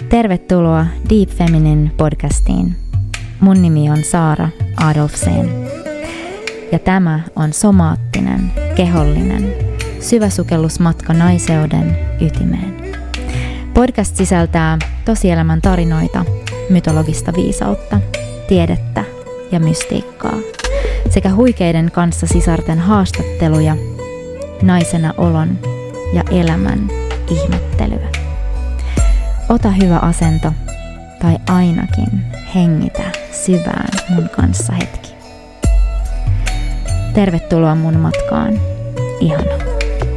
Tervetuloa Deep Feminine podcastiin. Mun nimi on Saara Adolfsen ja tämä on somaattinen, kehollinen, syväsukellusmatka naiseuden ytimeen. Podcast sisältää tosielämän tarinoita, mytologista viisautta, tiedettä ja mystiikkaa sekä huikeiden kanssasisarten haastatteluja, naisena olon ja elämän ihmettelyä. Ota hyvä asento tai ainakin hengitä syvään mun kanssa hetki. Tervetuloa mun matkaan. Ihana.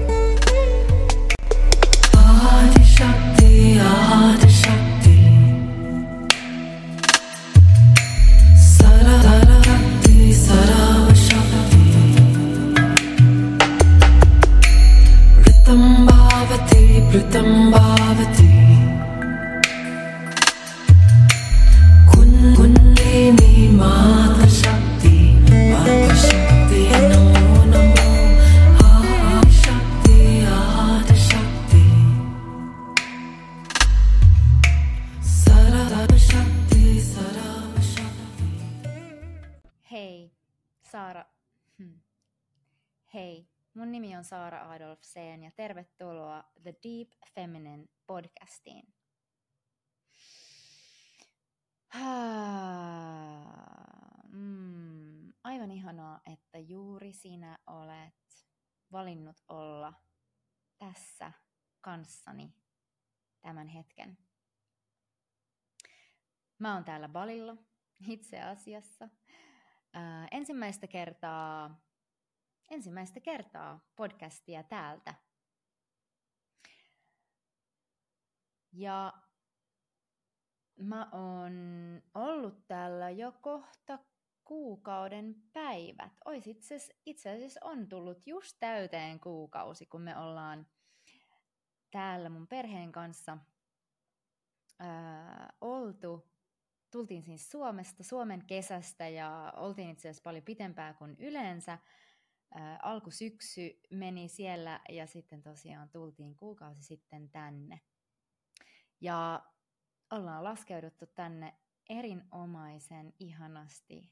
Hei, mun nimi on Saara Adolfsen ja tervetuloa The Deep Feminine podcastiin. Aivan ihanaa, että juuri sinä olet valinnut olla tässä kanssani tämän hetken. Mä oon täällä Balilla itse asiassa. Ensimmäistä kertaa podcastia täältä. Ja mä oon ollut täällä jo kohta kuukauden päivät. Itse asiassa on tullut just täyteen kuukausi, kun me ollaan täällä mun perheen kanssa oltu. Tultiin siis Suomen kesästä ja oltiin itse asiassa paljon pitempää kuin yleensä. Alkusyksy meni siellä ja sitten tosiaan tultiin kuukausi sitten tänne. Ja ollaan laskeuduttu tänne erinomaisen ihanasti.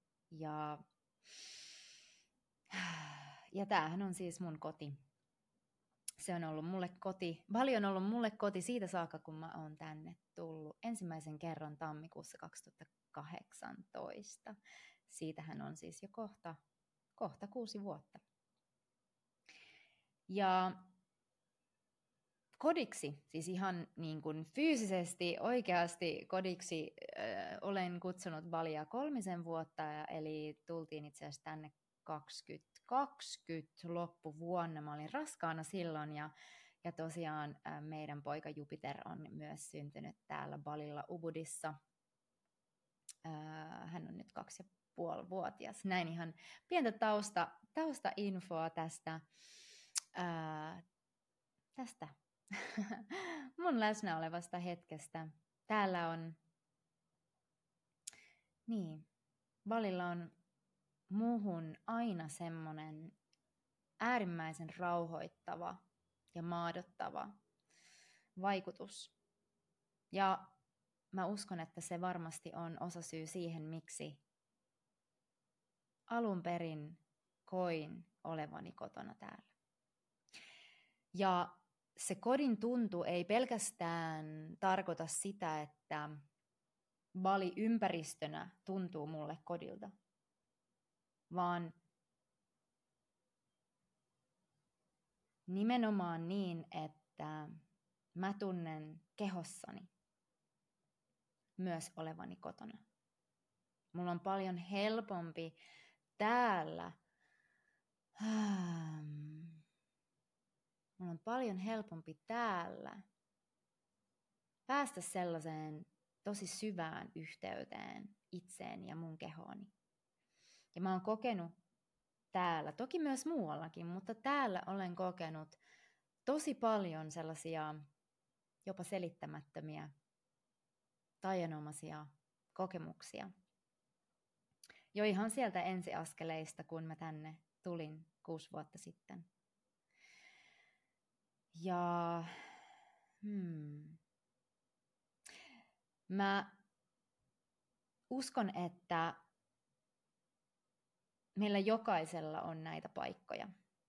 Ja tämähän on siis mun koti. Se on ollut mulle koti. Bali on ollut mulle koti siitä saakka, kun mä oon tänne tullut ensimmäisen kerran tammikuussa 2018. Siitähän on siis jo kohta 6 vuotta. Ja kodiksi, siis ihan niin kuin fyysisesti, oikeasti kodiksi olen kutsunut Balia 3 vuotta, eli tultiin itse asiassa tänne 2020 loppuvuonna. Mä olin raskaana silloin ja tosiaan meidän poika Jupiter on myös syntynyt täällä Balilla Ubudissa. Hän on nyt 2,5-vuotias. Näin ihan pientä taustainfoa tästä mun läsnä olevasta hetkestä. Täällä on, Balilla on muuhun aina semmoinen äärimmäisen rauhoittava ja maadottava vaikutus. Ja mä uskon, että se varmasti on osasyy siihen, miksi alun perin koin olevani kotona täällä. Ja se kodin tuntu ei pelkästään tarkoita sitä, että Bali ympäristönä tuntuu mulle kodilta, vaan nimenomaan niin, että mä tunnen kehossani myös olevani kotona. Mulla on paljon helpompi täällä. Mulla on paljon helpompi täällä päästä sellaiseen tosi syvään yhteyteen itseen ja mun kehooni. Ja mä oon kokenut täällä, toki myös muuallakin, mutta täällä olen kokenut tosi paljon sellaisia jopa selittämättömiä, taianomaisia kokemuksia. Jo ihan sieltä ensiaskeleista, kun mä tänne tulin 6 vuotta sitten. Ja Mä uskon, että meillä jokaisella on näitä paikkoja.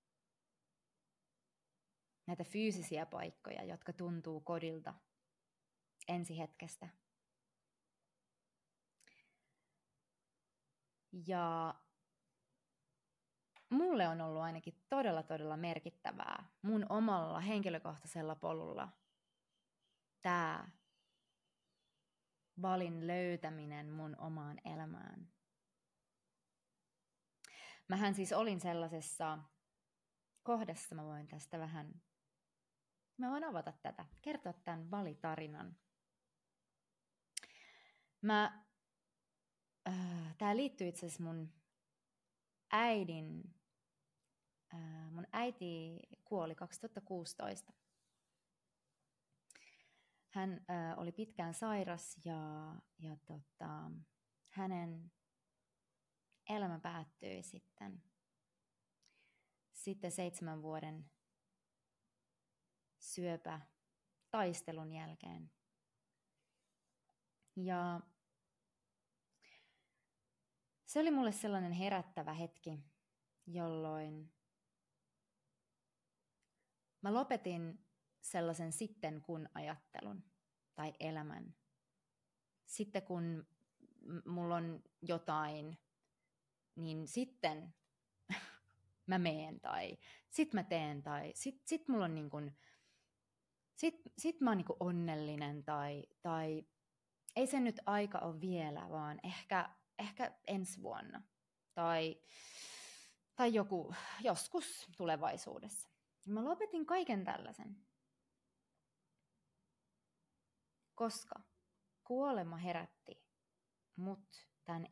Näitä fyysisiä paikkoja, jotka tuntuu kodilta ensi hetkestä. Ja mulle on ollut ainakin todella merkittävää mun omalla henkilökohtaisella polulla tää valin löytäminen mun omaan elämään. Mähän siis olin sellaisessa kohdassa, mä voin avata tätä, kertoa tämän valitarinan. Tää liittyy itse asiassa mun äiti kuoli 2016. Hän oli pitkään sairas ja hänen elämä päättyi sitten 7 vuoden syöpätaistelun jälkeen. Ja se oli mulle sellainen herättävä hetki, jolloin mä lopetin sellaisen sitten kun ajattelun tai elämän. Sitten kun mulla on jotain, niin sitten mä meen tai sit mä teen tai sit mulla on niin kuin, sit mä oon niin kuin onnellinen tai ei se nyt aika ole vielä, vaan ehkä ensi vuonna tai joskus tulevaisuudessa. Mä lopetin kaiken tällaisen, koska kuolema herätti mut tämän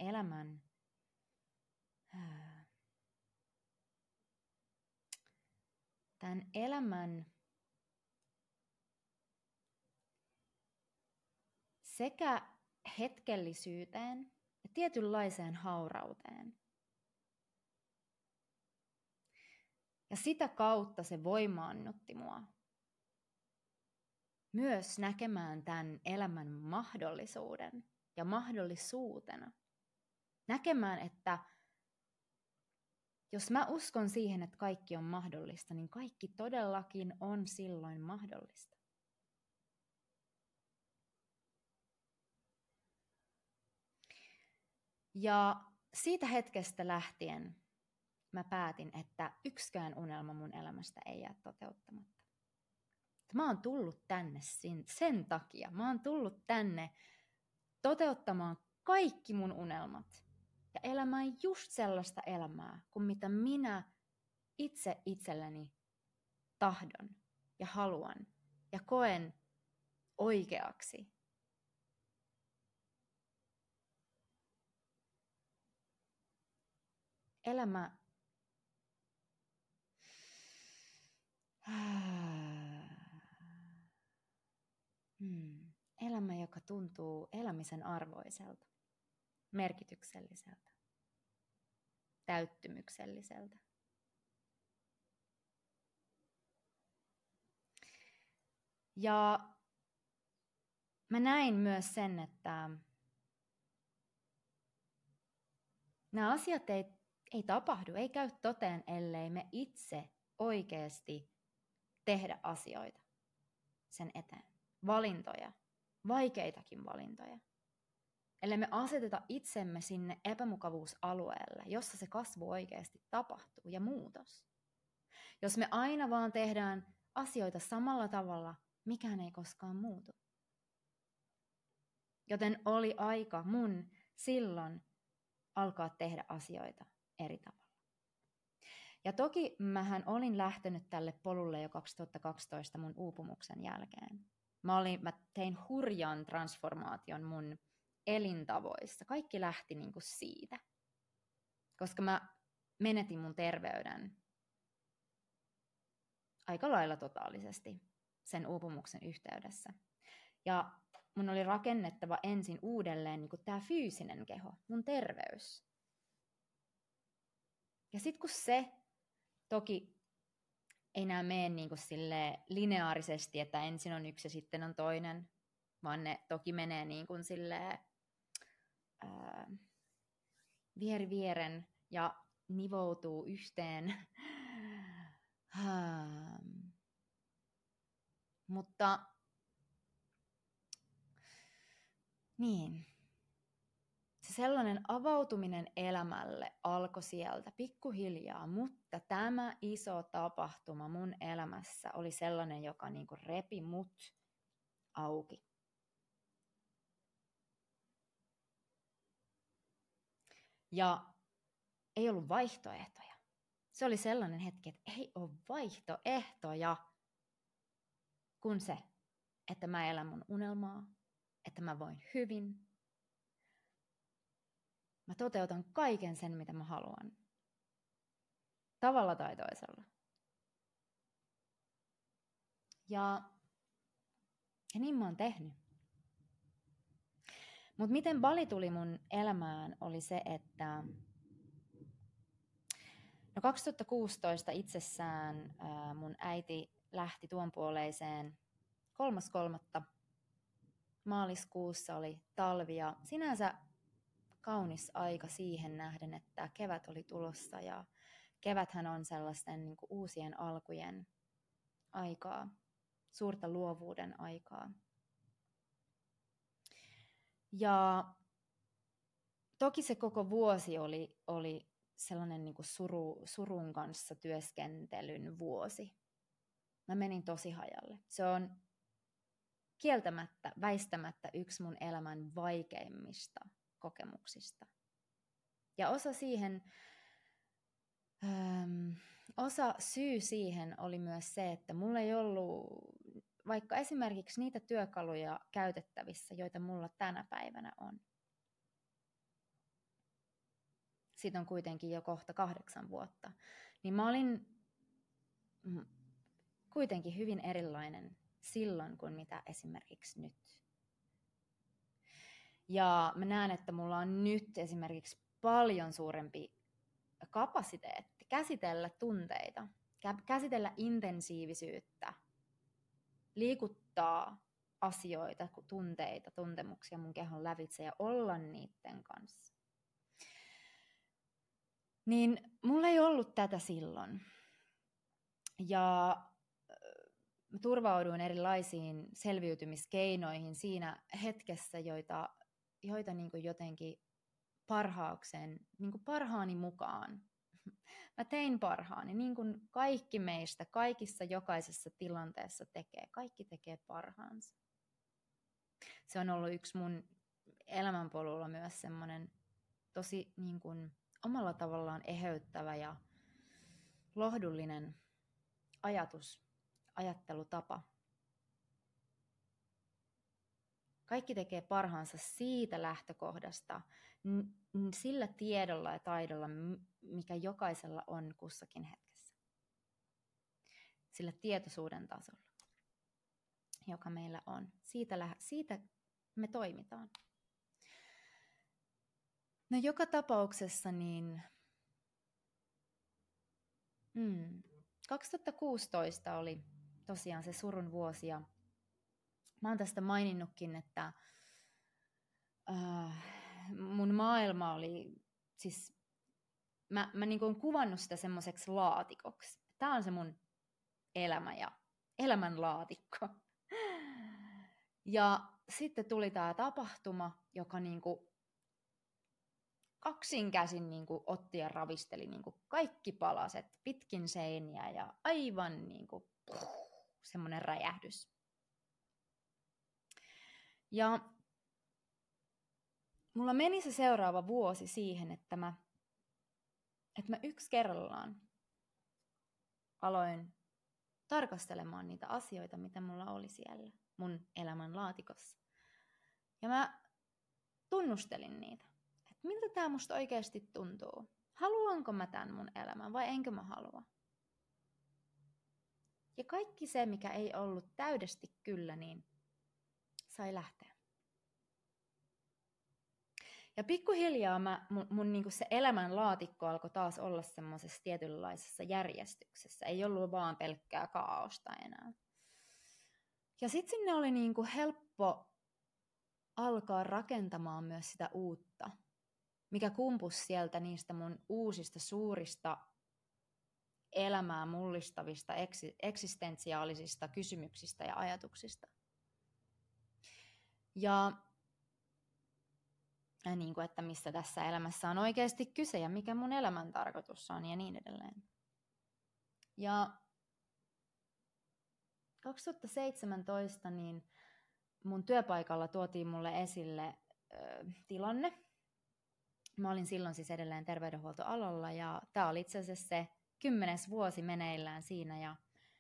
elämän sekä hetkellisyyteen ja tietynlaiseen haurauteen. Ja sitä kautta se voimaannutti mua myös näkemään tämän elämän mahdollisuuden ja mahdollisuutena. Näkemään, että jos mä uskon siihen, että kaikki on mahdollista, niin kaikki todellakin on silloin mahdollista. Ja siitä hetkestä lähtien mä päätin, että yksikään unelma mun elämästä ei jää toteuttamatta. Mä oon tullut tänne sen takia. Mä oon tullut tänne toteuttamaan kaikki mun unelmat ja elämään just sellaista elämää, kuin mitä minä itse itselleni tahdon ja haluan ja koen oikeaksi. Elämä, joka tuntuu elämisen arvoiselta, merkitykselliseltä, täyttymykselliseltä. Ja mä näin myös sen, että nämä asiat ei tapahdu, ei käy toteen, ellei me itse oikeasti tehdä asioita sen eteen. Valintoja, vaikeitakin valintoja. Ellei me aseteta itsemme sinne epämukavuusalueelle, jossa se kasvu oikeasti tapahtuu ja muutos. Jos me aina vaan tehdään asioita samalla tavalla, mikään ei koskaan muutu. Joten oli aika mun silloin alkaa tehdä asioita eri tavalla. Ja toki mähän olin lähtenyt tälle polulle jo 2012 mun uupumuksen jälkeen. Mä tein hurjan transformaation mun elintavoissa. Kaikki lähti niinku siitä. Koska mä menetin mun terveyden aika lailla totaalisesti sen uupumuksen yhteydessä. Ja mun oli rakennettava ensin uudelleen niinku tää fyysinen keho, mun terveys. Ja sit kun se toki ei nää mene niinku silleen lineaarisesti, että ensin on yksi ja sitten on toinen, vaan ne toki menee niin kuin silleen vieren ja nivoutuu yhteen. Mutta niin, se sellainen avautuminen elämälle alkoi sieltä pikkuhiljaa, mutta tämä iso tapahtuma mun elämässä oli sellainen, joka niinku repi mut auki. Ja ei ollut vaihtoehtoja. Se oli sellainen hetki, että ei ole vaihtoehtoja kuin se, että mä elän mun unelmaa, että mä voin hyvin. Mä toteutan kaiken sen, mitä mä haluan. Tavalla tai toisella. Ja niin mä oon tehnyt. Mutta miten Bali tuli mun elämään oli se, että 2016 itsessään mun äiti lähti tuon puoleiseen 3.3. Maaliskuussa oli talvi ja sinänsä kaunis aika siihen nähden, että kevät oli tulossa ja keväthän on sellaisten niin kuin uusien alkujen aikaa, suurta luovuuden aikaa. Ja toki se koko vuosi oli sellainen niin kuin surun kanssa työskentelyn vuosi. Mä menin tosi hajalle. Se on kieltämättä, väistämättä yksi mun elämän vaikeimmista kokemuksista. Ja osa syy siihen oli myös se, että mulla ei ollut vaikka esimerkiksi niitä työkaluja käytettävissä, joita mulla tänä päivänä on. Siitä on kuitenkin jo kohta 8 vuotta. Niin mä olin kuitenkin hyvin erilainen silloin kuin mitä esimerkiksi nyt. Ja mä näen, että mulla on nyt esimerkiksi paljon suurempi kapasiteetti käsitellä tunteita, käsitellä intensiivisyyttä, liikuttaa asioita, tunteita, tuntemuksia mun kehon lävitse ja olla niiden kanssa. Niin mulla ei ollut tätä silloin. Ja mä turvauduin erilaisiin selviytymiskeinoihin siinä hetkessä, joita niin kuin jotenkin niin kuin parhaani mukaan. Mä tein parhaani, niin kuin kaikki meistä, kaikissa jokaisessa tilanteessa tekee. Kaikki tekee parhaansa. Se on ollut yksi mun elämänpolulla myös semmoinen tosi niin kuin omalla tavallaan eheyttävä ja lohdullinen ajattelutapa. Kaikki tekee parhaansa siitä lähtökohdasta, sillä tiedolla ja taidolla, mikä jokaisella on kussakin hetkessä. Sillä tietoisuuden tasolla, joka meillä on. Siitä me toimitaan. No joka tapauksessa niin 2016 oli tosiaan se surun vuosi ja mä oon tästä maininnutkin, että mun maailma oli, siis mä niin kuin kuvannut sitä semmoiseksi laatikoksi. Tää on se mun elämä ja elämän laatikko. Ja sitten tuli tää tapahtuma, joka niin kuin kaksin käsin niin kuin otti ja ravisteli niin kuin kaikki palaset pitkin seiniä ja aivan niin kuin semmoinen räjähdys. Ja mulla meni se seuraava vuosi siihen, että mä yksi kerrallaan aloin tarkastelemaan niitä asioita, mitä mulla oli siellä mun elämän laatikossa. Ja mä tunnustelin niitä, että miltä tää musta oikeasti tuntuu. Haluanko mä tän mun elämän vai enkö mä halua? Ja kaikki se, mikä ei ollut täydesti kyllä, niin sai lähteä. Ja pikkuhiljaa mun niinku se elämän laatikko alkoi taas olla semmoisessa tietynlaisessa järjestyksessä. Ei ollut vaan pelkkää kaaosta enää. Ja sitten sinne oli niinku helppo alkaa rakentamaan myös sitä uutta, mikä kumpusi sieltä niistä mun uusista suurista elämää mullistavista eksistensiaalisista kysymyksistä ja ajatuksista. Ja niin kuin, että missä tässä elämässä on oikeasti kyse ja mikä mun elämän tarkoitus on ja niin edelleen. Ja 2017 niin mun työpaikalla tuotiin mulle esille tilanne. Mä olin silloin siis edelleen terveydenhuoltoalalla ja tää oli itse asiassa se 10. vuosi meneillään siinä. Ja,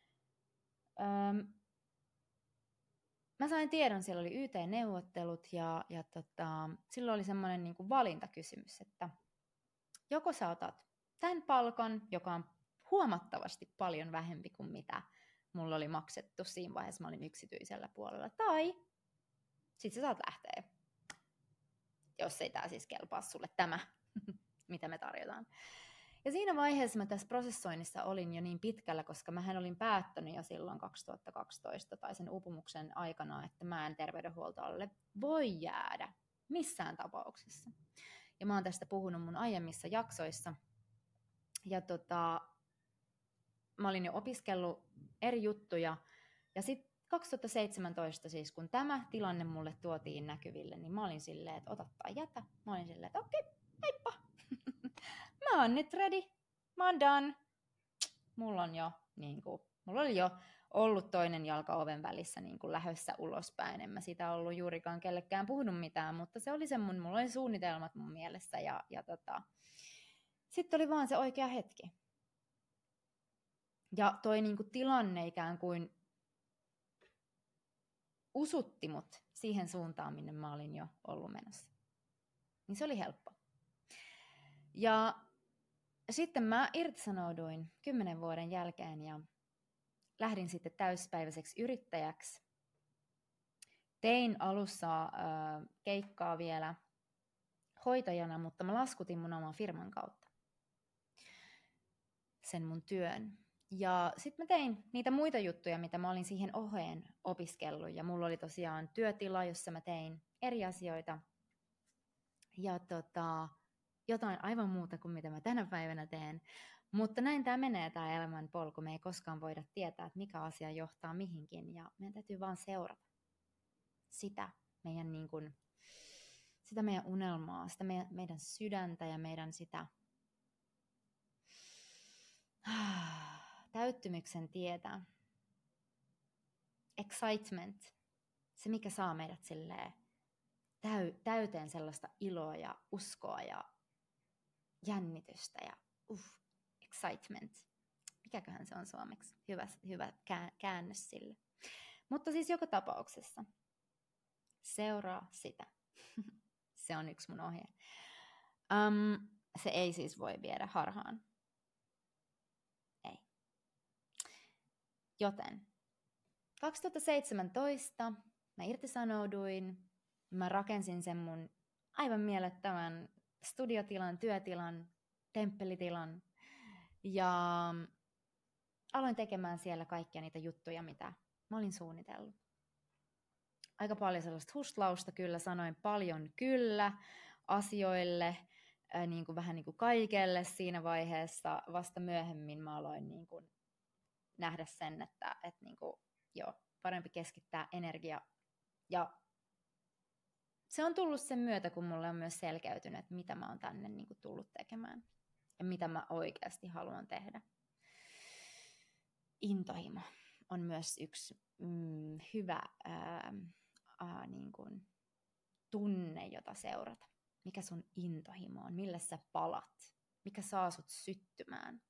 mä sain tiedon, siellä oli YT-neuvottelut ja silloin oli semmoinen niin kuin valintakysymys, että joko sä otat tämän palkan, joka on huomattavasti paljon vähempi kuin mitä mulla oli maksettu siinä vaiheessa, mä olin yksityisellä puolella, tai sit sä saat lähteä, jos ei tää siis kelpaa sulle tämä, mitä me tarjotaan. Ja siinä vaiheessa mä tässä prosessoinnissa olin jo niin pitkällä, koska mähän olin päättänyt jo silloin 2012 tai sen uupumuksen aikana, että mä en terveydenhuoltoalalle voi jäädä missään tapauksessa. Ja mä oon tästä puhunut mun aiemmissa jaksoissa. Ja mä olin jo opiskellut eri juttuja. Ja sitten 2017 siis, kun tämä tilanne mulle tuotiin näkyville, niin mä olin silleen, että ota tai jätä. Mä olin silleen, että okei, heippa. Mä oon nyt ready. Mä oon done. Mulla oli jo ollut toinen jalka oven välissä niin kuin lähdössä ulospäin. En mä sitä ollut juurikaan kellekään puhunut mitään, mutta se oli mulla oli suunnitelmat mun mielessä. Sitten oli vaan se oikea hetki. Ja toi niin kuin tilanne ikään kuin usutti mut siihen suuntaan, minne mä olin jo ollut menossa. Niin se oli helppo. Ja sitten mä irtisanouduin 10 vuoden jälkeen ja lähdin sitten täyspäiväiseksi yrittäjäksi. Tein alussa keikkaa vielä hoitajana, mutta mä laskutin mun oman firman kautta sen mun työn. Ja sitten mä tein niitä muita juttuja, mitä mä olin siihen oheen opiskellut. Ja mulla oli tosiaan työtila, jossa mä tein eri asioita. Ja jotain aivan muuta kuin mitä mä tänä päivänä teen. Mutta näin tämä menee, tämä elämän polku. Me ei koskaan voida tietää, että mikä asia johtaa mihinkin. Ja meidän täytyy vaan seurata sitä meidän unelmaa, sitä meidän sydäntä ja meidän sitä täyttymyksen tietä. Excitement. Se, mikä saa meidät silleen täyteen sellaista iloa ja uskoa ja jännitystä ja excitement. Mikäköhän se on suomeksi? Hyvä käännös sille. Mutta siis joka tapauksessa seuraa sitä. Se on yksi mun ohje. Se ei siis voi viedä harhaan. Ei. Joten 2017 mä irtisanouduin. Mä rakensin sen mun aivan mielettömän studiotilan, työtilan, temppelitilan. Ja aloin tekemään siellä kaikkia niitä juttuja, mitä mä olin suunnitellut. Aika paljon sellaista hustlausta kyllä, sanoin paljon kyllä asioille, vähän niin kuin kaikelle siinä vaiheessa. Vasta myöhemmin mä aloin niin kuin nähdä sen, että niin kuin, parempi keskittää energia. Ja se on tullut sen myötä, kun mulle on myös selkeytynyt, että mitä mä oon tänne niin kuin tullut tekemään. Ja mitä mä oikeasti haluan tehdä. Intohimo on myös yksi hyvä niin kuin tunne, jota seurata. Mikä sun intohimo on, millä sä palat, mikä saa sut syttymään.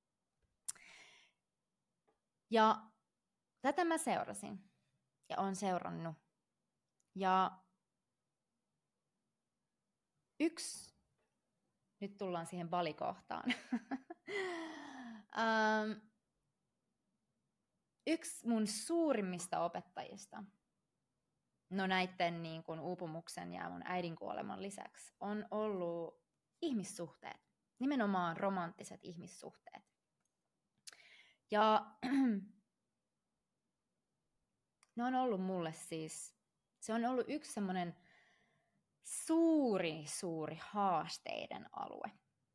Ja tätä mä seurasin ja oon seurannut. Ja nyt tullaan siihen Bali-kohtaan. Yksi mun suurimmista opettajista, näitten niin kuin uupumuksen ja mun äidin kuoleman lisäksi, on ollut ihmissuhteet. Nimenomaan romanttiset ihmissuhteet. Ja ne on ollut mulle siis, se on ollut yksi semmoinen suuri haasteiden alue.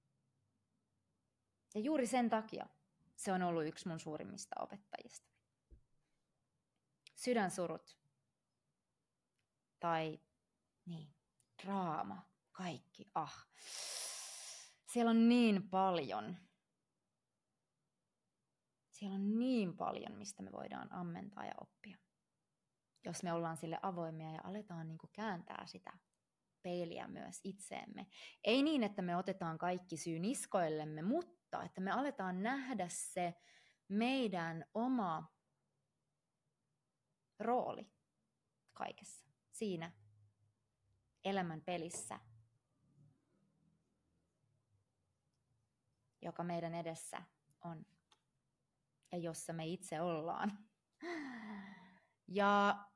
Ja juuri sen takia se on ollut yksi mun suurimmista opettajista. Sydänsurut tai draama, kaikki, Siellä on niin paljon. Siellä on niin paljon, mistä me voidaan ammentaa ja oppia. Jos me ollaan sille avoimia ja aletaan niin kuin kääntää sitä peiliä myös itseemme. Ei niin, että me otetaan kaikki syy niskoillemme, mutta että me aletaan nähdä se meidän oma rooli kaikessa siinä elämän pelissä, joka meidän edessä on ja jossa me itse ollaan. Ja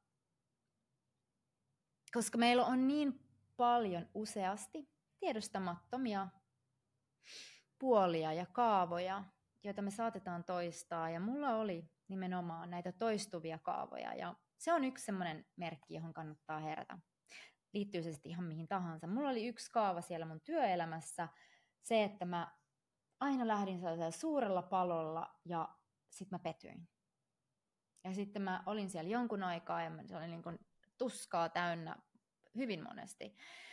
koska meillä on niin paljon useasti tiedostamattomia puolia ja kaavoja, joita me saatetaan toistaa, ja mulla oli nimenomaan näitä toistuvia kaavoja, ja se on yksi semmoinen merkki, johon kannattaa herätä. Liittyy se sitten ihan mihin tahansa. Mulla oli yksi kaava siellä mun työelämässä, se, että mä aina lähdin sellaisella suurella palolla, ja sitten mä petyin. Ja sitten mä olin siellä jonkun aikaa, ja se oli niin kuin tuskaa täynnä hyvin monesti.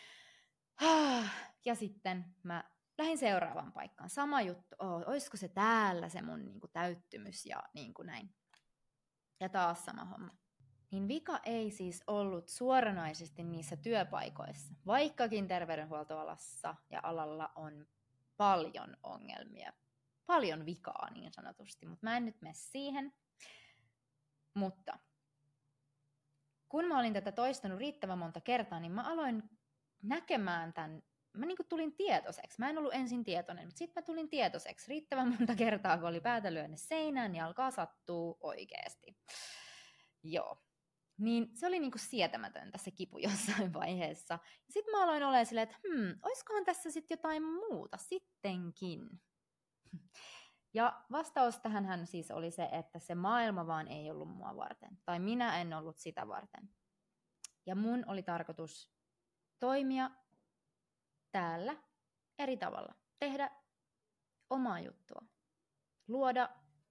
Ja sitten mä lähdin seuraavaan paikkaan. Sama juttu, olisiko se täällä se mun niin kuin täyttymys ja niin kuin näin. Ja taas sama homma. Niin vika ei siis ollut suoranaisesti niissä työpaikoissa, vaikkakin terveydenhuoltoalassa ja alalla on paljon ongelmia. Paljon vikaa niin sanotusti, mutta mä en nyt mene siihen. Mutta kun mä olin tätä toistanut riittävän monta kertaa, niin mä aloin näkemään tämän. Mä niin kuin tulin tietoiseksi. Mä en ollut ensin tietoinen, mutta sitten mä tulin tietoiseksi riittävän monta kertaa, kun oli päätä lyönyt seinään, niin alkaa sattua oikeasti. Joo. Niin se oli niin kuin sietämätöntä se kipu jossain vaiheessa. Sitten mä aloin olemaan silleen, että olisikohan tässä sitten jotain muuta sittenkin. Ja vastaus tähänhän siis oli se, että se maailma vaan ei ollut mua varten. Tai minä en ollut sitä varten. Ja mun oli tarkoitus toimia täällä eri tavalla. Tehdä omaa juttua. Luoda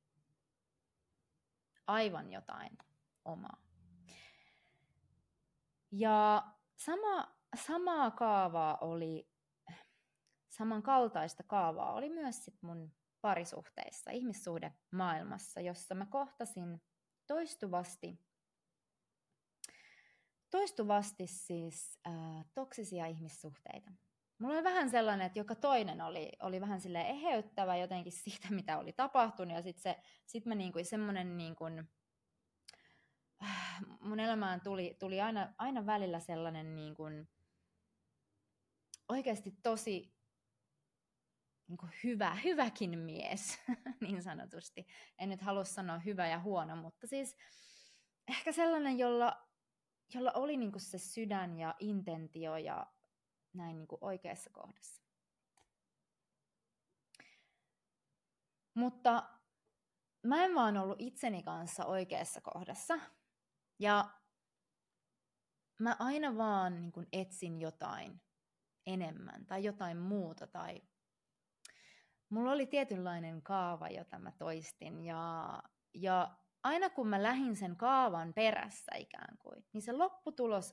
aivan jotain omaa. Ja samaa kaavaa oli, samankaltaista kaavaa oli myös sit mun parisuhteissa, ihmissuhdemaailmassa, jossa mä kohtasin toistuvasti siis toksisia ihmissuhteita. Mulla oli vähän sellainen, että joka toinen oli vähän silleen eheyttävä jotenkin siitä, mitä oli tapahtunut, ja sit mä niinku semmonen niinku, mun elämään tuli aina välillä sellainen niinku, oikeasti tosi niinku hyväkin mies, niin sanotusti. En nyt halua sanoa hyvä ja huono, mutta siis ehkä sellainen, jolla oli niinku se sydän ja intentio ja näin niinku oikeassa kohdassa. Mutta mä en vaan ollut itseni kanssa oikeassa kohdassa. Ja mä aina vaan niinku etsin jotain enemmän tai jotain muuta. Tai mulla oli tietynlainen kaava, jota mä toistin. Ja aina kun mä lähdin sen kaavan perässä ikään kuin, niin se lopputulos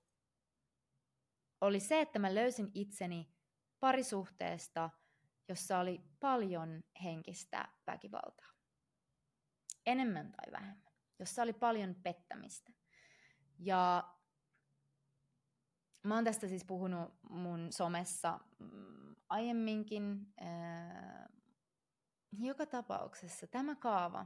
oli se, että mä löysin itseni parisuhteesta, jossa oli paljon henkistä väkivaltaa. Enemmän tai vähemmän. Jossa oli paljon pettämistä. Ja mä oon tästä siis puhunut mun somessa aiemminkin. Joka tapauksessa tämä kaava,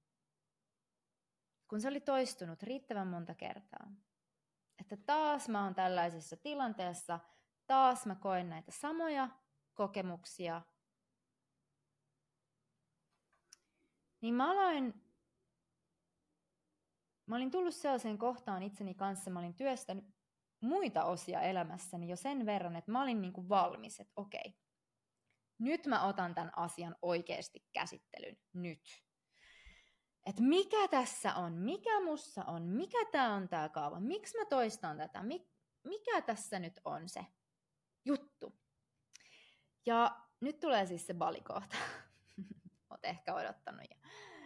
kun se oli toistunut riittävän monta kertaa, että taas mä oon tällaisessa tilanteessa, taas mä koen näitä samoja kokemuksia, niin mä olin tullut sellaiseen kohtaan itseni kanssa, mä olin työstänyt muita osia elämässäni jo sen verran, että mä olin niin kuin valmis, että okei, nyt mä otan tämän asian oikeasti käsittelyn, nyt. Että mikä tässä on, mikä mussa on, mikä tää on tää kaava, miksi mä toistan tätä, mikä tässä nyt on se juttu. Ja nyt tulee siis se balikohta. Oot ehkä odottanut jo.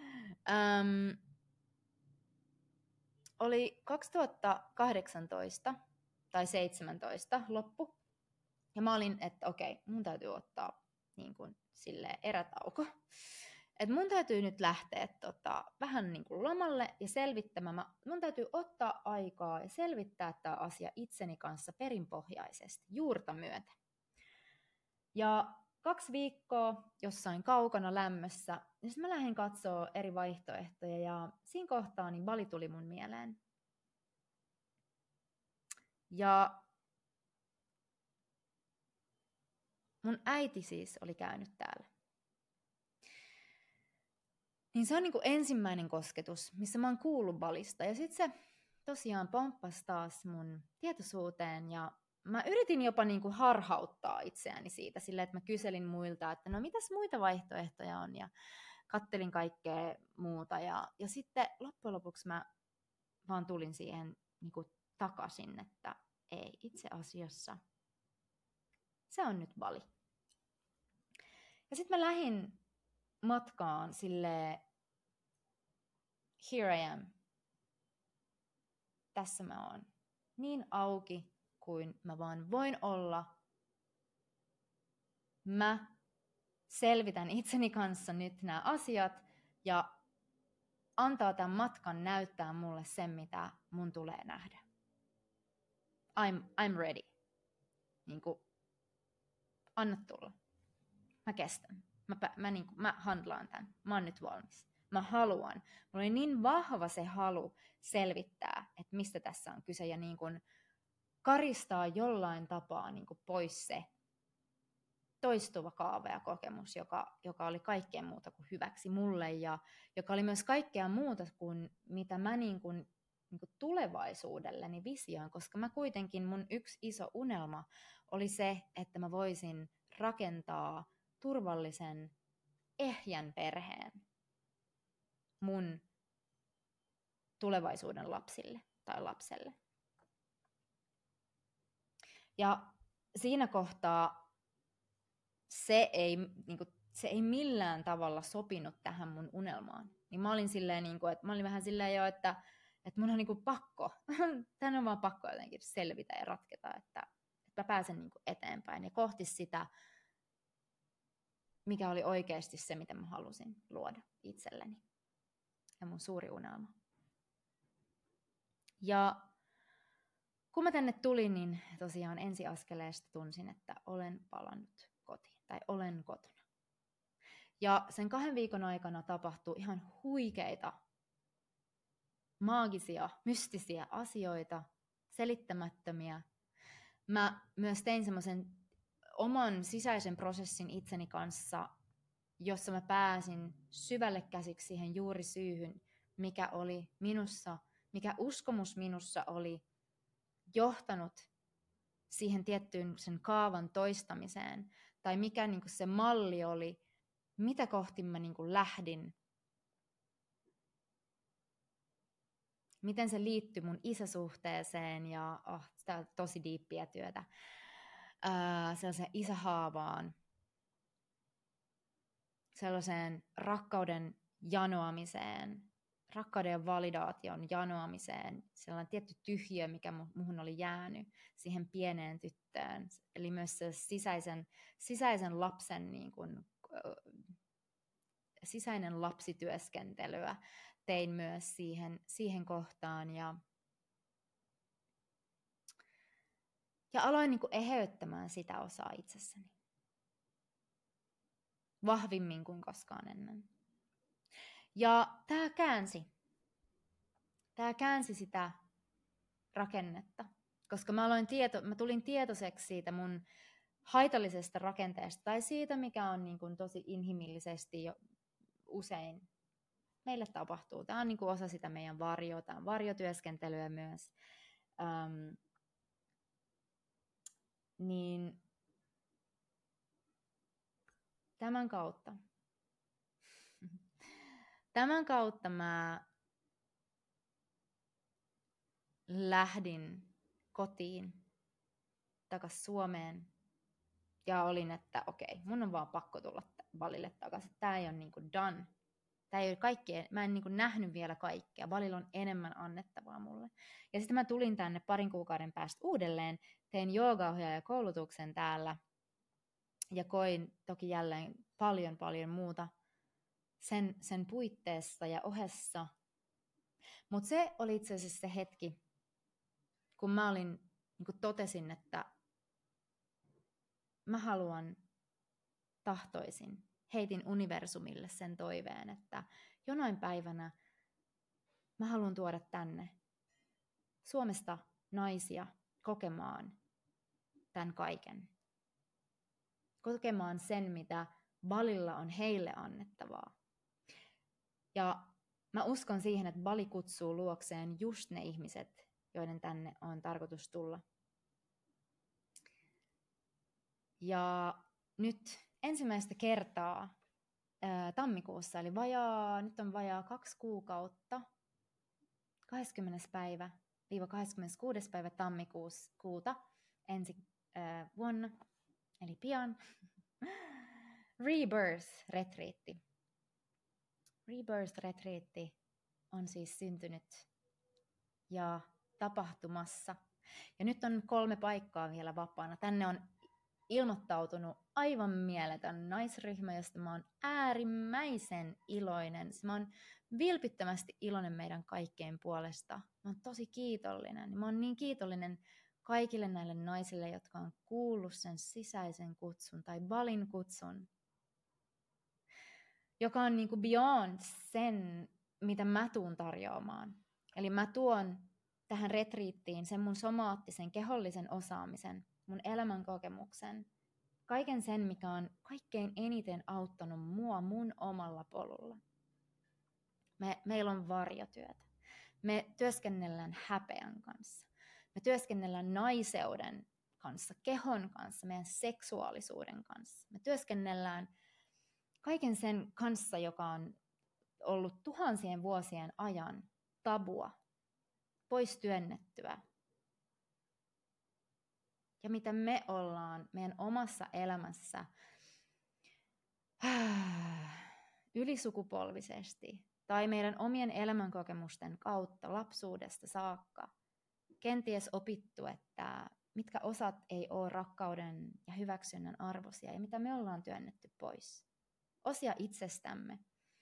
Oli 2018 tai 2017 loppu. Ja mä olin, että okei, mun täytyy ottaa niin kuin silleen erätauko. Että mun täytyy nyt lähteä vähän niin kuin lomalle ja selvittämään. Mun täytyy ottaa aikaa ja selvittää tämä asia itseni kanssa perinpohjaisesti, juurta myöten. Ja 2 viikkoa jossain kaukana lämmössä, ja sitten mä lähdin katsoa eri vaihtoehtoja, ja siinä kohtaa niin Bali tuli mun mieleen. Ja mun äiti siis oli käynyt täällä. Niin se on niin kuin ensimmäinen kosketus, missä mä oon kuullut Balista. Ja sitten se tosiaan pomppasi taas mun tietoisuuteen, ja mä yritin jopa niin kuin harhauttaa itseäni siitä, sillä että mä kyselin muilta, että no mitäs muita vaihtoehtoja on, ja kattelin kaikkea muuta. Ja sitten loppujen lopuksi mä vaan tulin siihen niin kuin takaisin, että ei itse asiassa, se on nyt Bali. Ja sitten mä lähdin matkaan silleen, here I am. Tässä mä oon. Niin auki kuin mä vaan voin olla. Mä selvitän itseni kanssa nyt nämä asiat ja antaa tämän matkan näyttää mulle sen, mitä mun tulee nähdä. I'm ready. Niin kuin, anna tulla. Mä kestän. Mä handlaan tämän. Mä oon nyt valmis. Mä haluan. Mulla oli niin vahva se halu selvittää, että mistä tässä on kyse ja niin kuin karistaa jollain tapaa niin kuin pois se toistuva kaava ja kokemus, joka oli kaikkea muuta kuin hyväksi mulle ja joka oli myös kaikkea muuta kuin mitä mä niin kuin tulevaisuudelleni visioin, koska mä kuitenkin mun yksi iso unelma oli se, että mä voisin rakentaa turvallisen, ehjän perheen mun tulevaisuuden lapsille tai lapselle. Ja siinä kohtaa se ei millään tavalla sopinut tähän mun unelmaan. Niin mä olin silleen, että mä olin vähän silleen jo, että mun on pakko, tän on vaan pakko jotenkin selvitä ja ratketa, että mä pääsen eteenpäin ja kohti sitä, mikä oli oikeasti se, mitä mä halusin luoda itselleni. Ja mun suuri unelma. Ja kun mä tänne tulin, niin tosiaan ensiaskeleesta tunsin, että olen palannut kotiin. Tai olen kotona. Ja sen 2 viikon aikana tapahtui ihan huikeita, maagisia, mystisiä asioita, selittämättömiä. Mä myös tein semmoisen oman sisäisen prosessin itseni kanssa, jossa mä pääsin syvälle käsiksi siihen juurisyyhyn, mikä oli minussa, mikä uskomus minussa oli johtanut siihen tiettyyn sen kaavan toistamiseen, tai mikä se malli oli, mitä kohti mä lähdin, miten se liittyi mun isäsuhteeseen, ja sitä on tosi diippiä työtä, sellaiseen isähaavaan, sellaiseen rakkauden janoamiseen, rakkauden ja validaation janoamiseen, sellainen tietty tyhjiö, mikä muhun oli jäänyt siihen pieneen tyttöön. Eli myös se sisäisen lapsen, sisäinen lapsityöskentelyä tein myös siihen kohtaan. Ja aloin eheyttämään sitä osaa itsessäni. Vahvimmin kuin koskaan ennen. Ja tämä käänsi sitä rakennetta, koska mä tulin tietoiseksi siitä mun haitallisesta rakenteesta tai siitä, mikä on tosi inhimillisesti jo usein meille tapahtuu. Tämä on osa sitä meidän tämä on varjotyöskentelyä myös. Niin tämän kautta mä lähdin kotiin, takas Suomeen. Ja olin, että okei, mun on vaan pakko tulla Balille takaisin. Tää ei ole niin kuin done. Tää ei ole kaikkea, mä en niin kuin nähnyt vielä kaikkea. Balilla on enemmän annettavaa mulle. Ja sitten mä tulin tänne 2 kuukauden päästä uudelleen. Tein joogaohjaajakoulutuksen täällä. Ja koin toki jälleen paljon muuta sen puitteissa ja ohessa. Mutta se oli itse asiassa se hetki, kun mä olin, niin kun totesin, että mä tahtoisin, heitin universumille sen toiveen, että jonain päivänä mä haluan tuoda tänne Suomesta naisia kokemaan tämän kaiken. Kokemaan sen, mitä Balilla on heille annettavaa. Ja mä uskon siihen, että Bali kutsuu luokseen just ne ihmiset, joiden tänne on tarkoitus tulla. Ja nyt ensimmäistä kertaa tammikuussa, eli nyt on vajaa 2 kuukautta, 20. päivä 26. päivä tammikuuta ensi vuonna, eli pian, Rebirth-retriitti. Rebirth-retriitti on siis syntynyt ja tapahtumassa. Ja nyt on 3 paikkaa vielä vapaana. Tänne on ilmoittautunut aivan mieletön naisryhmä, josta mä oon äärimmäisen iloinen. Mä oon vilpittömästi iloinen meidän kaikkien puolesta. Mä oon tosi kiitollinen. Mä oon niin kiitollinen kaikille näille naisille, jotka on kuullut sen sisäisen kutsun tai Balin kutsun, joka on niinku beyond sen, mitä mä tuun tarjoamaan. Eli mä tuon tähän retriittiin sen mun somaattisen, kehollisen osaamisen, mun elämänkokemuksen, kaiken sen, mikä on kaikkein eniten auttanut mua mun omalla polulla. Meillä on varjotyötä. Me työskennellään häpeän kanssa. Me työskennellään naiseuden kanssa, kehon kanssa, meidän seksuaalisuuden kanssa. Me työskennellään kaiken sen kanssa, joka on ollut tuhansien vuosien ajan tabua, pois työnnettyä. Ja mitä me ollaan meidän omassa elämässä ylisukupolvisesti tai meidän omien elämänkokemusten kautta lapsuudesta saakka kenties opittu, että mitkä osat ei ole rakkauden ja hyväksynnän arvoisia ja mitä me ollaan työnnetty pois. Osia itsestämme.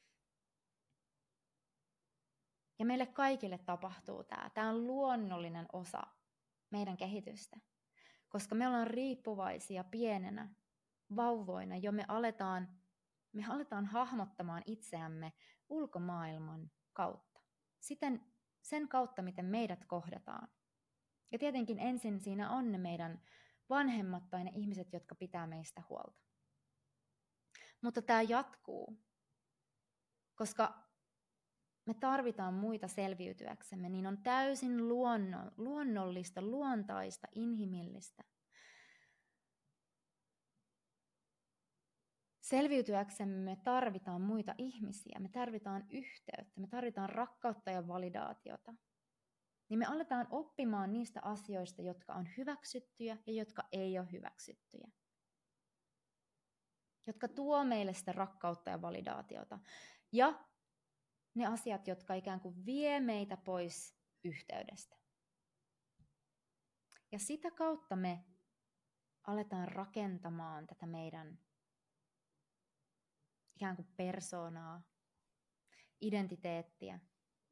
Ja meille kaikille tapahtuu tämä. Tämä on luonnollinen osa meidän kehitystä. Koska me ollaan riippuvaisia pienenä, vauvoina, jo me aletaan hahmottamaan itseämme ulkomaailman kautta. Siten sen kautta, miten meidät kohdataan. Ja tietenkin ensin siinä on ne meidän vanhemmat tai ne ihmiset, jotka pitää meistä huolta. Mutta tämä jatkuu, koska me tarvitaan muita selviytyäksemme, niin on täysin luonnollista, luontaista, inhimillistä. Selviytyäksemme me tarvitaan muita ihmisiä, me tarvitaan yhteyttä, me tarvitaan rakkautta ja validaatiota. Niin me aletaan oppimaan niistä asioista, jotka on hyväksyttyjä ja jotka ei ole hyväksyttyjä. Jotka tuo meille sitä rakkautta ja validaatiota. Ja ne asiat, jotka ikään kuin vie meitä pois yhteydestä. Ja sitä kautta me aletaan rakentamaan tätä meidän ikään kuin persoonaa, identiteettiä.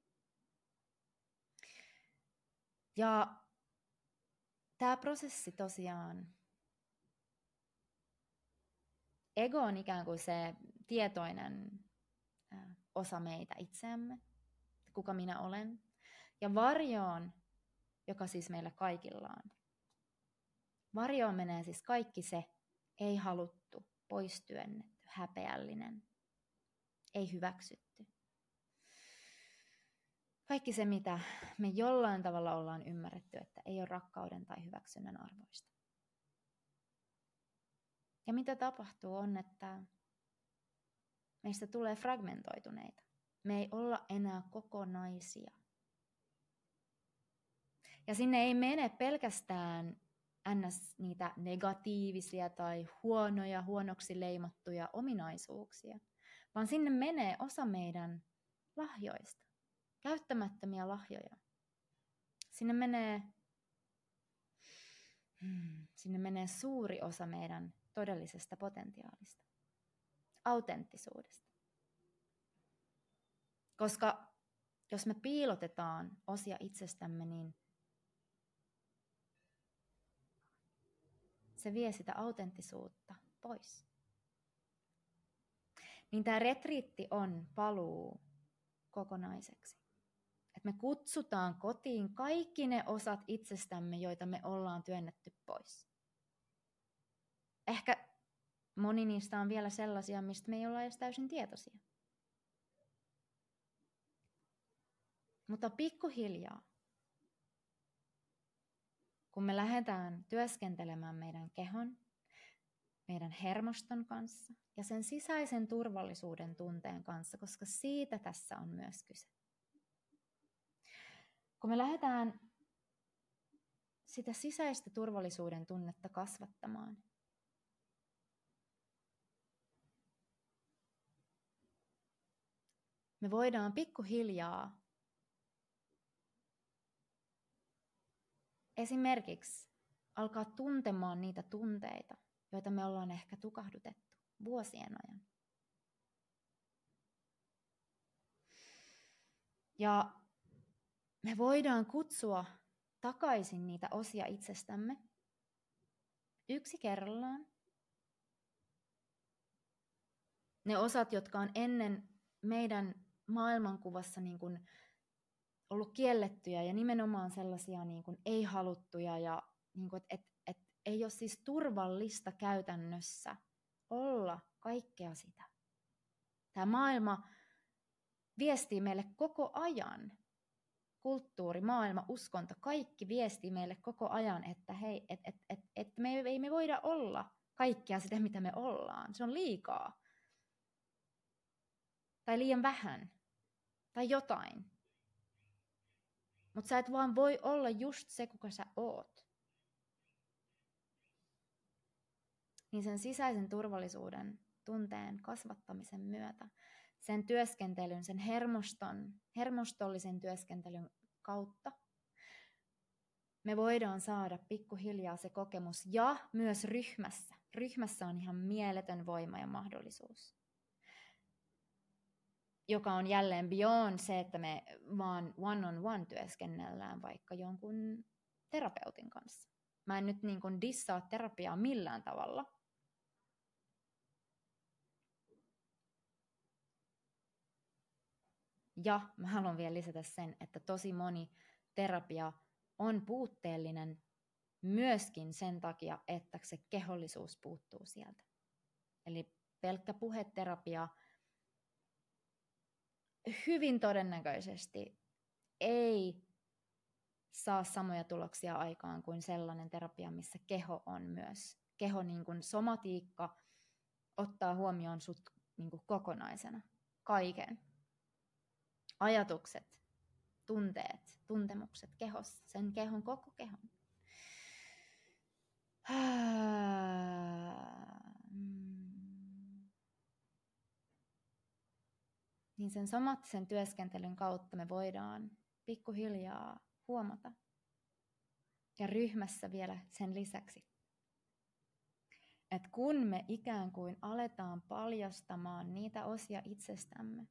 Ja tämä prosessi tosiaan, ego on ikään kuin se tietoinen osa meitä itseämme, kuka minä olen. Ja varjoon, joka siis meillä kaikilla on. Varjoon menee siis kaikki se ei haluttu, poistyönnetty, häpeällinen, ei hyväksytty. Kaikki se, mitä me jollain tavalla ollaan ymmärretty, että ei ole rakkauden tai hyväksynnän arvoista. Ja mitä tapahtuu on, että meistä tulee fragmentoituneita. Me ei olla enää kokonaisia. Ja sinne ei mene pelkästään niitä negatiivisia tai huonoksi leimattuja ominaisuuksia, vaan sinne menee osa meidän lahjoista, käyttämättömiä lahjoja. Sinne menee suuri osa meidän todellisesta potentiaalista, autenttisuudesta. Koska jos me piilotetaan osia itsestämme, niin se vie sitä autenttisuutta pois. Niin tämä retriitti on paluu kokonaiseksi. Että me kutsutaan kotiin kaikki ne osat itsestämme, joita me ollaan työnnetty pois. Ehkä moni niistä on vielä sellaisia, mistä me ei olla edes täysin tietoisia. Mutta pikkuhiljaa, kun me lähdetään työskentelemään meidän kehon, meidän hermoston kanssa ja sen sisäisen turvallisuuden tunteen kanssa, koska siitä tässä on myös kyse. Kun me lähdetään sitä sisäistä turvallisuuden tunnetta kasvattamaan, me voidaan pikkuhiljaa esimerkiksi alkaa tuntemaan niitä tunteita, joita me ollaan ehkä tukahdutettu vuosien ajan. Ja me voidaan kutsua takaisin niitä osia itsestämme yksi kerrallaan. Ne osat, jotka on ennen meidän maailmankuvassa niin kuin ollut kiellettyjä ja nimenomaan sellaisia niin kuin ei-haluttuja ja niin kuin, et ei ole siis turvallista käytännössä olla kaikkea sitä. Tämä maailma viestii meille koko ajan. Kulttuuri, maailma, uskonto, kaikki viestii meille koko ajan, että hei, me ei me voida olla kaikkea sitä, mitä me ollaan. Se on liikaa. Tai liian vähän. Tai jotain. Mutta sä et vaan voi olla just se, kuka sä oot. Niin sen sisäisen turvallisuuden tunteen kasvattamisen myötä, sen työskentelyn, sen hermostollisen työskentelyn kautta, me voidaan saada pikkuhiljaa se kokemus ja myös ryhmässä. Ryhmässä on ihan mieletön voima ja mahdollisuus, joka on jälleen beyond se, että me vaan one-on-one työskennellään vaikka jonkun terapeutin kanssa. Mä en nyt niin kuin dissaa terapiaa millään tavalla. Ja mä haluan vielä lisätä sen, että tosi moni terapia on puutteellinen myöskin sen takia, että se kehollisuus puuttuu sieltä. Eli pelkkä puheterapia hyvin todennäköisesti ei saa samoja tuloksia aikaan kuin sellainen terapia, missä keho niin kuin somatiikka ottaa huomioon sut niin kuin kokonaisena, kaiken. Ajatukset, tunteet, tuntemukset kehossa, sen kehon, koko kehon. Niin sen somaattisen työskentelyn kautta me voidaan pikkuhiljaa huomata. Ja ryhmässä vielä sen lisäksi. Että kun me ikään kuin aletaan paljastamaan niitä osia itsestämme,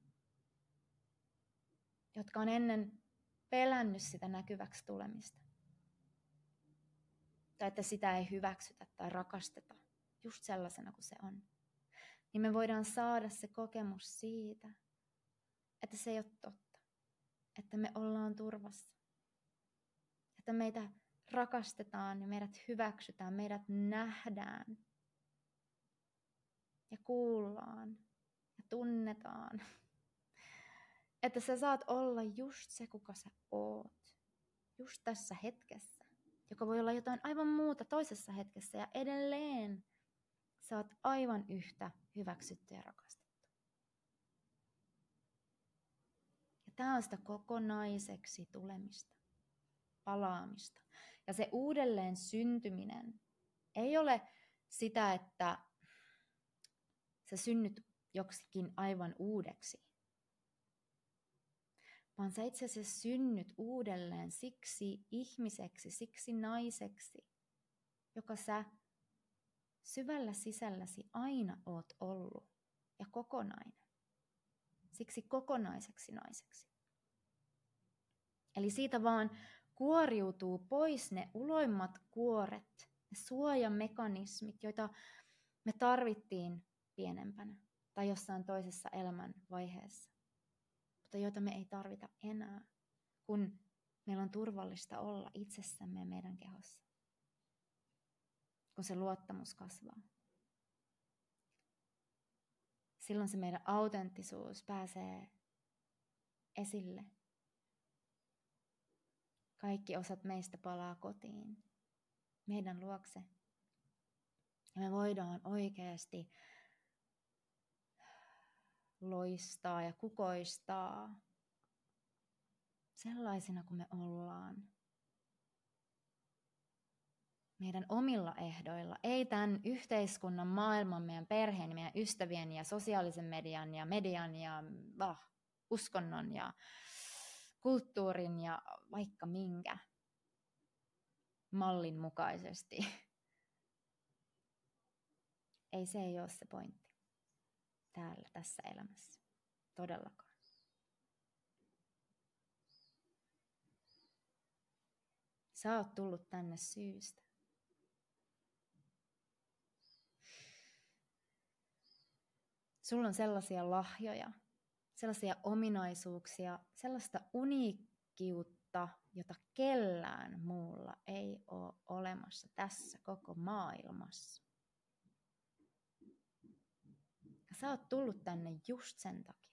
jotka on ennen pelännyt sitä näkyväksi tulemista. Tai että sitä ei hyväksytä tai rakasteta just sellaisena kuin se on. Niin me voidaan saada se kokemus siitä, että se ei ole totta. Että me ollaan turvassa. Että meitä rakastetaan ja meidät hyväksytään, meidät nähdään. Ja kuullaan ja tunnetaan. Että sä saat olla just se, kuka sä oot. Just tässä hetkessä. Joka voi olla jotain aivan muuta toisessa hetkessä. Ja edelleen sä oot aivan yhtä hyväksytty ja rakastettu. Ja tää on sitä kokonaiseksi tulemista. palaamista. Ja se uudelleen syntyminen ei ole sitä, että sä synnyt joksikin aivan uudeksi, vaan sä itse asiassa synnyt uudelleen siksi ihmiseksi, siksi naiseksi, joka sä syvällä sisälläsi aina oot ollut ja kokonainen. Siksi kokonaiseksi naiseksi. Eli siitä vaan kuoriutuu pois ne uloimmat kuoret, ne suojamekanismit, joita me tarvittiin pienempänä tai jossain toisessa elämän vaiheessa, mutta joita me ei tarvita enää, kun meillä on turvallista olla itsessämme ja meidän kehossa, kun se luottamus kasvaa. Silloin se meidän autenttisuus pääsee esille. Kaikki osat meistä palaa kotiin, meidän luokse. Ja me voidaan oikeasti loistaa ja kukoistaa sellaisina kuin me ollaan. Meidän omilla ehdoilla, ei tämän yhteiskunnan, maailman, meidän perheen, meidän ystävien ja sosiaalisen median ja uskonnon ja kulttuurin ja vaikka minkä mallin mukaisesti. Se ei ole se pointti täällä tässä elämässä. Todellakaan. Sä oot tullut tänne syystä. Sulla on sellaisia lahjoja, sellaisia ominaisuuksia, sellaista uniikkiutta, jota kellään muulla ei ole olemassa tässä koko maailmassa. Ja sä oot tullut tänne just sen takia.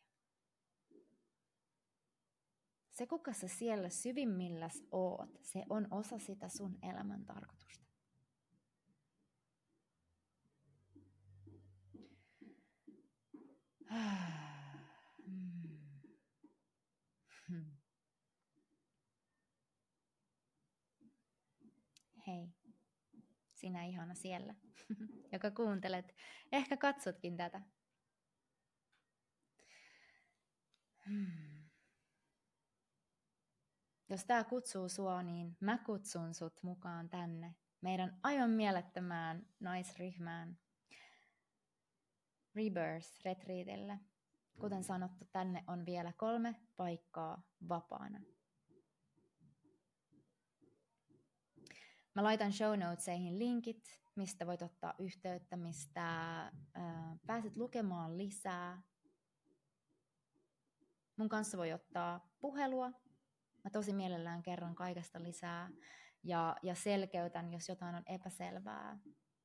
Se, kuka sä siellä syvimmilläs oot, se on osa sitä sun elämän tarkoitusta. Hei, sinä ihana siellä, joka kuuntelet. Ehkä katsotkin tätä. Jos tää kutsuu sua, niin mä kutsun sut mukaan tänne meidän aivan mielettömään naisryhmään Rebirth-retriitille. Kuten sanottu, tänne on vielä 3 paikkaa vapaana. Mä laitan show notesihin linkit, mistä voit ottaa yhteyttä, mistä pääset lukemaan lisää. Mun kanssa voi ottaa puhelua. Mä tosi mielellään kerron kaikesta lisää ja selkeytän, jos jotain on epäselvää.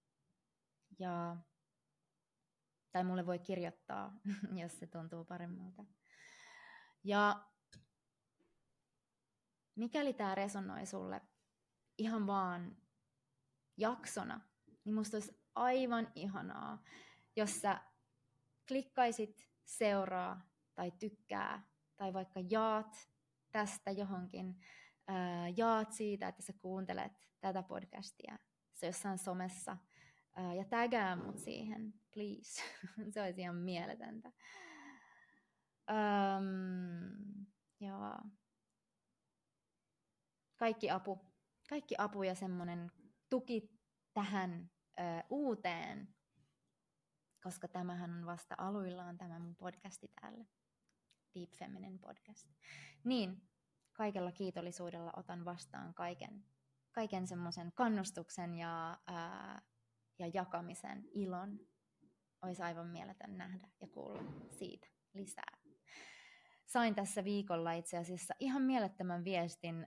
Tai mulle voi kirjoittaa, jos se tuntuu paremmalta. Ja mikäli tää resonoi sulle ihan vaan jaksona, niin musta olisi aivan ihanaa, jos sä klikkaisit seuraa tai tykkää tai vaikka jaat tästä johonkin, jaat siitä, että sä kuuntelet tätä podcastia. Se on jossain somessa ja tägää mut siihen, please. Se olisi ihan mieletöntä. Ja kaikki apu ja semmoinen tuki tähän uuteen, koska tämähän on vasta aluillaan tämä mun podcasti täällä, Deep Feminine Podcast. Niin, kaikella kiitollisuudella otan vastaan kaiken semmoisen kannustuksen ja jakamisen ilon. Olisi aivan mieletön nähdä ja kuulla siitä lisää. Sain tässä viikolla itse asiassa ihan mielettömän viestin.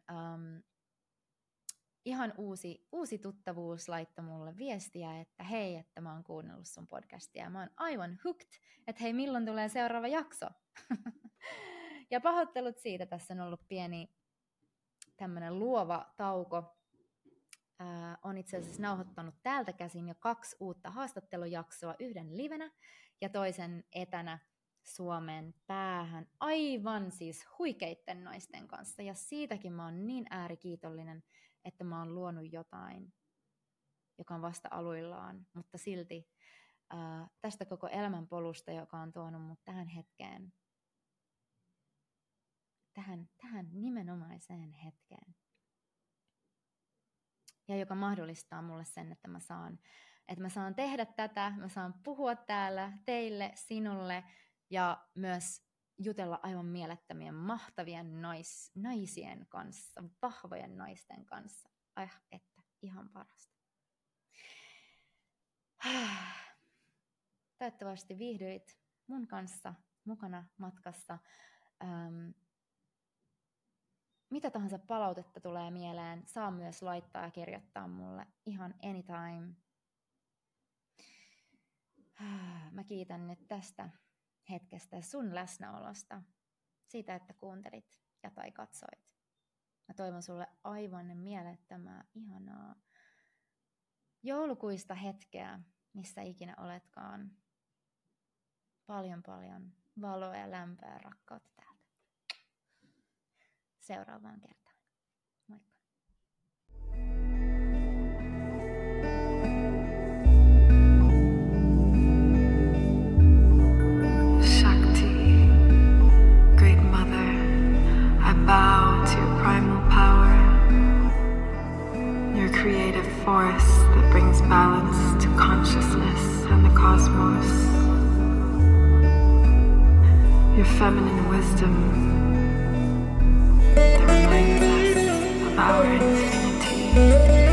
Ihan uusi tuttavuus laittoi mulle viestiä, että hei, että mä oon kuunnellut sun podcastia. Mä oon aivan hooked, että hei, milloin tulee seuraava jakso? Ja pahoittelut siitä, tässä on ollut pieni tämmönen luova tauko. On itse asiassa nauhoittanut täältä käsin jo 2 uutta haastattelujaksoa, 1 livenä ja toisen etänä. Suomen päähän aivan siis huikeitten naisten kanssa. Ja siitäkin mä oon niin äärikiitollinen, että mä oon luonut jotain, joka on vasta aluillaan, mutta silti tästä koko elämänpolusta, joka on tuonut mut tähän hetkeen, tähän nimenomaiseen hetkeen. Ja joka mahdollistaa mulle sen, että mä saan tehdä tätä, mä saan puhua täällä teille, sinulle ja myös jutella aivan mielettömien, mahtavien naisien kanssa, vahvojen naisten kanssa. Että ihan parasta. Toivottavasti viihdyit mun kanssa mukana matkassa. Mitä tahansa palautetta tulee mieleen, saa myös laittaa ja kirjoittaa mulle ihan anytime. Mä kiitän nyt tästä hetkestä sun läsnäolosta, siitä, että kuuntelit ja tai katsoit. Mä toivon sulle aivan mielettömää, ihanaa joulukuista hetkeä, missä ikinä oletkaan. Paljon valoa ja lämpöä ja rakkautta täältä. Seuraavaan kertaan. Moikka. Shakti, Great Mother, I bow to your primal power, your creative force that brings balance to consciousness and the cosmos. Your feminine wisdom that reminds us of our infinity.